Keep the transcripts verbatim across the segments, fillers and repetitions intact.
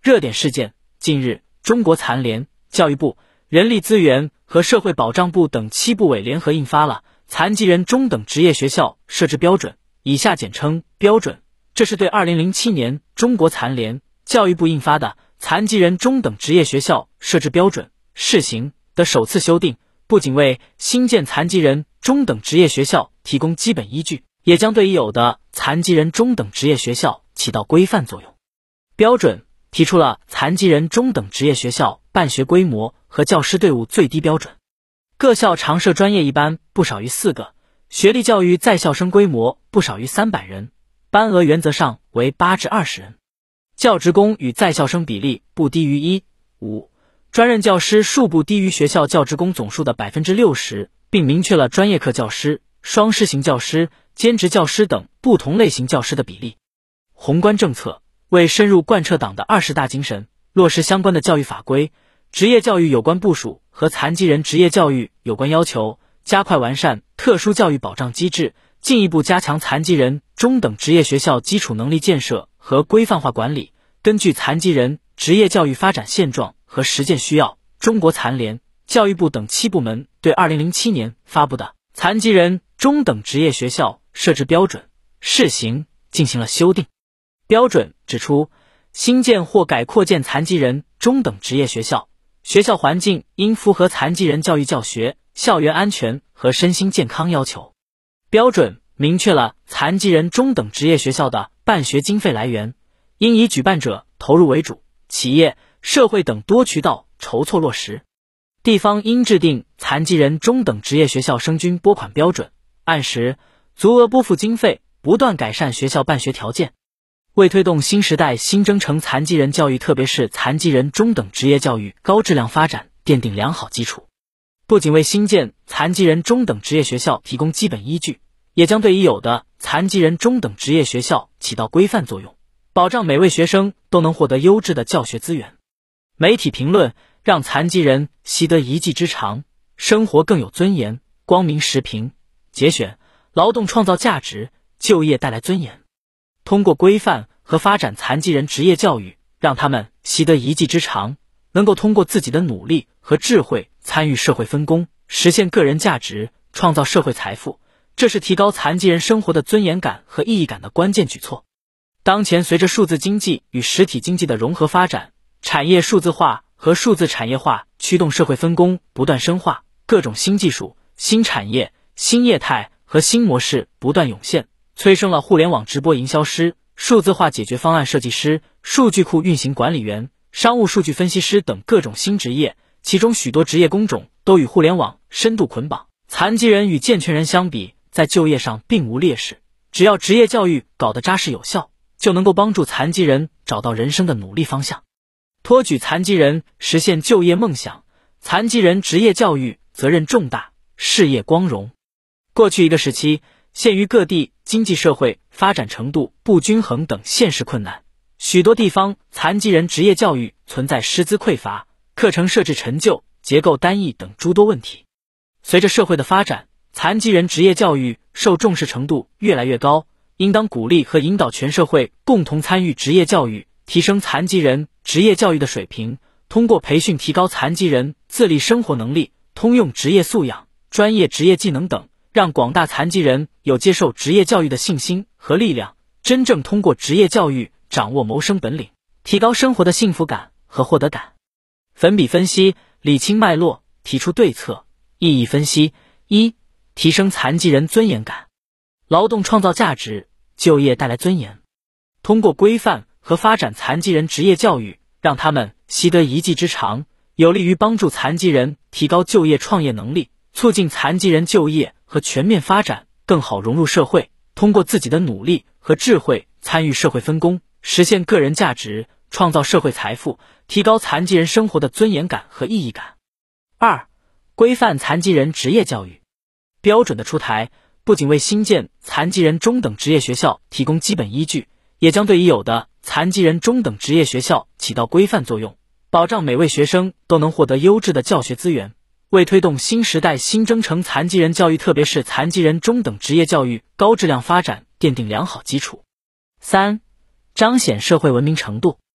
热点事件：近日，中国残联、教育部、人力资源和社会保障部等七部委联合印发了《残疾人中等职业学校设置标准》，以下简称标准。这是对二零零七年中国残联、教育部印发的《残疾人中等职业学校设置标准（试行）》的首次修订，不仅为新建残疾人中等职业学校提供基本依据，也将对已有的残疾人中等职业学校起到规范作用。标准提出了残疾人中等职业学校办学规模和教师队伍最低标准。各校常设专业一班不少于四个，学历教育在校生规模不少于三百人，班额原则上为八至二十人。教职工与在校生比例不低于一比五，专任教师数不低于学校教职工总数的 百分之六十， 并明确了专业课教师、双师型教师、兼职教师等不同类型教师的比例。宏观政策为深入贯彻党的二十大精神，落实相关的教育法规、职业教育有关部署和残疾人职业教育有关要求，加快完善特殊教育保障机制，进一步加强残疾人中等职业学校基础能力建设和规范化管理。根据残疾人职业教育发展现状和实践需要，中国残联、教育部等七部门对二零零七年发布的《残疾人中等职业学校设置标准（试行）》进行了修订。标准指出，新建或改扩建残疾人中等职业学校，学校环境应符合残疾人教育教学、校园安全和身心健康要求。标准明确了残疾人中等职业学校的办学经费来源，应以举办者投入为主，企业、社会等多渠道筹措落实。地方应制定残疾人中等职业学校生均拨款标准，按时、足额拨付经费，不断改善学校办学条件。为推动新时代新征程残疾人教育，特别是残疾人中等职业教育高质量发展奠定良好基础，不仅为新建残疾人中等职业学校提供基本依据，也将对已有的残疾人中等职业学校起到规范作用，保障每位学生都能获得优质的教学资源。媒体评论：让残疾人习得一技之长，生活更有尊严。光明时评节选：劳动创造价值，就业带来尊严。通过规范和发展残疾人职业教育，让他们习得一技之长，能够通过自己的努力和智慧参与社会分工，实现个人价值，创造社会财富，这是提高残疾人生活的尊严感和意义感的关键举措。当前随着数字经济与实体经济的融合发展，产业数字化和数字产业化驱动社会分工不断深化，各种新技术、新产业、新业态和新模式不断涌现，催生了互联网直播营销师、数字化解决方案设计师、数据库运行管理员、商务数据分析师等各种新职业，其中许多职业工种都与互联网深度捆绑。残疾人与健全人相比，在就业上并无劣势，只要职业教育搞得扎实有效，就能够帮助残疾人找到人生的努力方向，托举残疾人实现就业梦想。残疾人职业教育责任重大，事业光荣。过去一个时期，限于各地经济社会发展程度不均衡等现实困难，许多地方残疾人职业教育存在师资匮乏、课程设置陈旧、结构单一等诸多问题。随着社会的发展，残疾人职业教育受重视程度越来越高，应当鼓励和引导全社会共同参与职业教育，提升残疾人职业教育的水平，通过培训提高残疾人自立生活能力、通用职业素养、专业职业技能等，让广大残疾人有接受职业教育的信心和力量，真正通过职业教育掌握谋生本领，提高生活的幸福感和获得感。粉笔分析，理清脉络，提出对策。意义分析：一、提升残疾人尊严感。劳动创造价值，就业带来尊严。通过规范和发展残疾人职业教育，让他们习得一技之长，有利于帮助残疾人提高就业创业能力，促进残疾人就业和全面发展，更好融入社会，通过自己的努力和智慧参与社会分工，实现个人价值，创造社会财富，提高残疾人生活的尊严感和意义感。二、规范残疾人职业教育。标准的出台，不仅为新建残疾人中等职业学校提供基本依据，也将对已有的残疾人中等职业学校起到规范作用，保障每位学生都能获得优质的教学资源，为推动新时代新征程残疾人教育，特别是残疾人中等职业教育高质量发展奠定良好基础。三、彰显社会文明程度。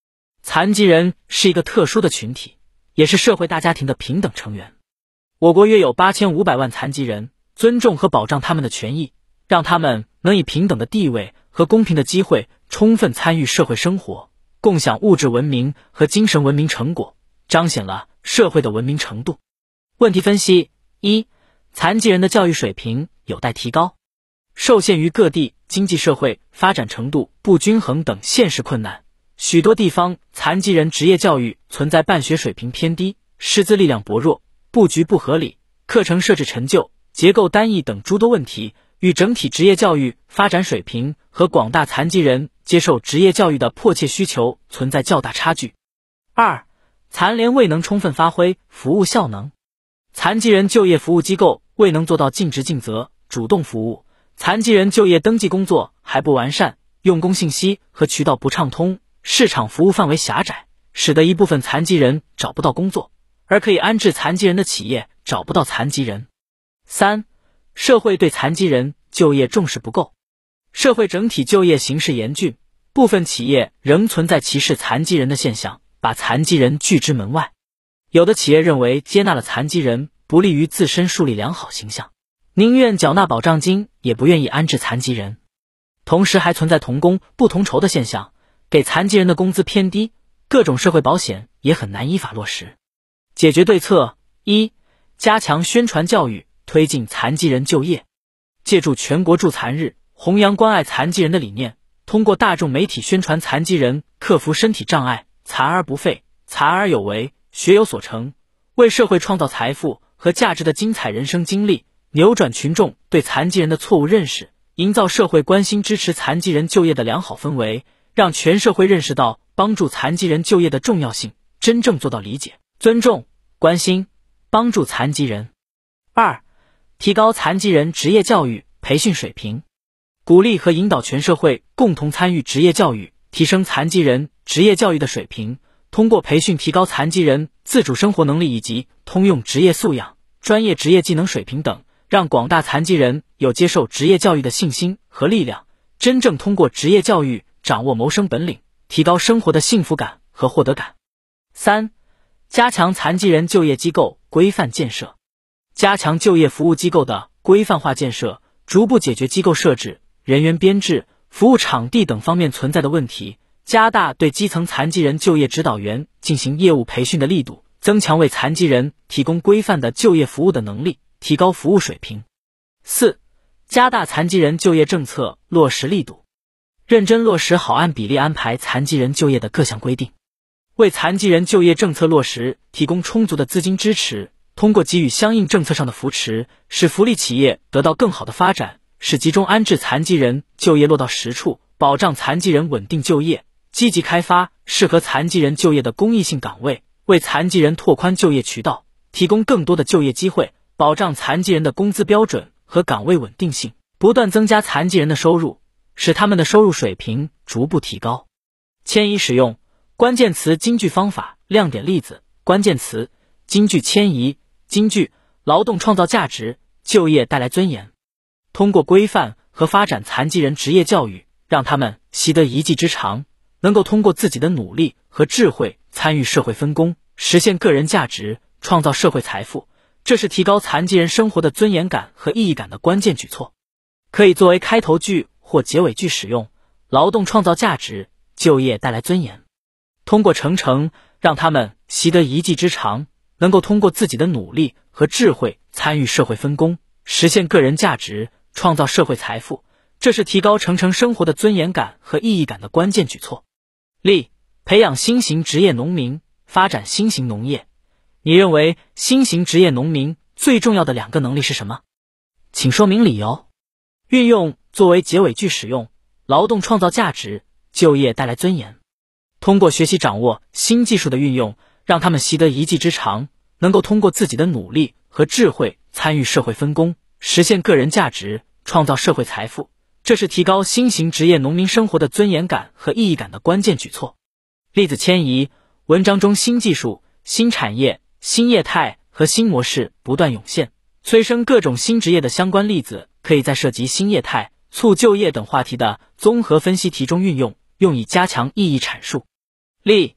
残疾人是一个特殊的群体，也是社会大家庭的平等成员。我国约有八千五百万残疾人，尊重和保障他们的权益，让他们能以平等的地位和公平的机会充分参与社会生活，共享物质文明和精神文明成果，彰显了社会的文明程度。问题分析：一、残疾人的教育水平有待提高。受限于各地经济社会发展程度不均衡等现实困难，许多地方残疾人职业教育存在办学水平偏低、师资力量薄弱、布局不合理、课程设置陈旧、结构单一等诸多问题，与整体职业教育发展水平和广大残疾人接受职业教育的迫切需求存在较大差距。二、残联未能充分发挥服务效能。残疾人就业服务机构未能做到尽职尽责、主动服务，残疾人就业登记工作还不完善，用工信息和渠道不畅通，市场服务范围狭窄，使得一部分残疾人找不到工作，而可以安置残疾人的企业找不到残疾人。三、社会对残疾人就业重视不够。社会整体就业形势严峻，部分企业仍存在歧视残疾人的现象，把残疾人拒之门外。有的企业认为接纳了残疾人不利于自身树立良好形象，宁愿缴纳保障金也不愿意安置残疾人。同时还存在同工不同酬的现象，给残疾人的工资偏低，各种社会保险也很难依法落实。解决对策：一、加强宣传教育，推进残疾人就业。借助全国助残日，弘扬关爱残疾人的理念，通过大众媒体宣传残疾人克服身体障碍，残而不废，残而有为，学有所成，为社会创造财富和价值的精彩人生经历，扭转群众对残疾人的错误认识，营造社会关心支持残疾人就业的良好氛围，让全社会认识到帮助残疾人就业的重要性，真正做到理解、尊重、关心、帮助残疾人。二、提高残疾人职业教育培训水平。鼓励和引导全社会共同参与职业教育，提升残疾人职业教育的水平，通过培训提高残疾人自主生活能力以及通用职业素养、专业职业技能水平等，让广大残疾人有接受职业教育的信心和力量，真正通过职业教育掌握谋生本领，提高生活的幸福感和获得感。三、加强残疾人就业机构规范建设。加强就业服务机构的规范化建设，逐步解决机构设置、人员编制、服务场地等方面存在的问题，加大对基层残疾人就业指导员进行业务培训的力度，增强为残疾人提供规范的就业服务的能力，提高服务水平。四、加大残疾人就业政策落实力度，认真落实好按比例安排残疾人就业的各项规定，为残疾人就业政策落实提供充足的资金支持，通过给予相应政策上的扶持，使福利企业得到更好的发展，使集中安置残疾人就业落到实处，保障残疾人稳定就业，积极开发适合残疾人就业的公益性岗位，为残疾人拓宽就业渠道，提供更多的就业机会，保障残疾人的工资标准和岗位稳定性，不断增加残疾人的收入，使他们的收入水平逐步提高。迁移使用关键词金句方法亮点例子。关键词：金句迁移。金句：劳动创造价值，就业带来尊严。通过规范和发展残疾人职业教育，让他们习得一技之长，能够通过自己的努力和智慧参与社会分工，实现个人价值，创造社会财富，这是提高残疾人生活的尊严感和意义感的关键举措。可以作为开头句或结尾句使用。劳动创造价值，就业带来尊严。通过程程，让他们习得一技之长，能够通过自己的努力和智慧参与社会分工，实现个人价值，创造社会财富，这是提高程程生活的尊严感和意义感的关键举措。例：培养新型职业农民，发展新型农业。你认为新型职业农民最重要的两个能力是什么？请说明理由。运用作为结尾句使用。劳动创造价值，就业带来尊严。通过学习掌握新技术的运用，让他们习得一技之长，能够通过自己的努力和智慧参与社会分工，实现个人价值，创造社会财富，这是提高新型职业农民生活的尊严感和意义感的关键举措。例子迁移。文章中新技术、新产业、新业态和新模式不断涌现，催生各种新职业的相关例子，可以在涉及新业态、促就业等话题的综合分析题中运用，用以加强意义阐述。例：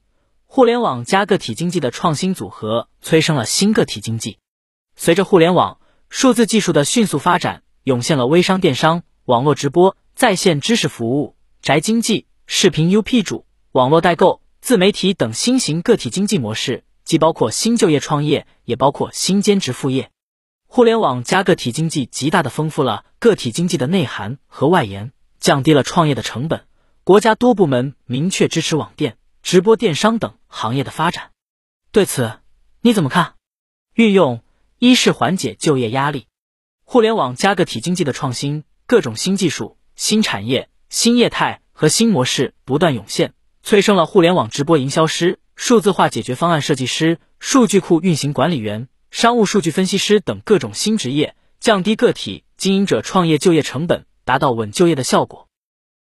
互联网加个体经济的创新组合催生了新个体经济。随着互联网、数字技术的迅速发展，涌现了微商电商、网络直播、在线知识服务、宅经济、视频 U P 主、网络代购、自媒体等新型个体经济模式，既包括新就业创业，也包括新兼职副业。互联网加个体经济极大地丰富了个体经济的内涵和外延，降低了创业的成本。国家多部门明确支持网店、直播电商等行业的发展。对此，你怎么看？运用一是缓解就业压力。互联网加个体经济的创新，各种新技术、新产业、新业态和新模式不断涌现，催生了互联网直播营销师、数字化解决方案设计师、数据库运行管理员、商务数据分析师等各种新职业，降低个体经营者创业就业成本，达到稳就业的效果。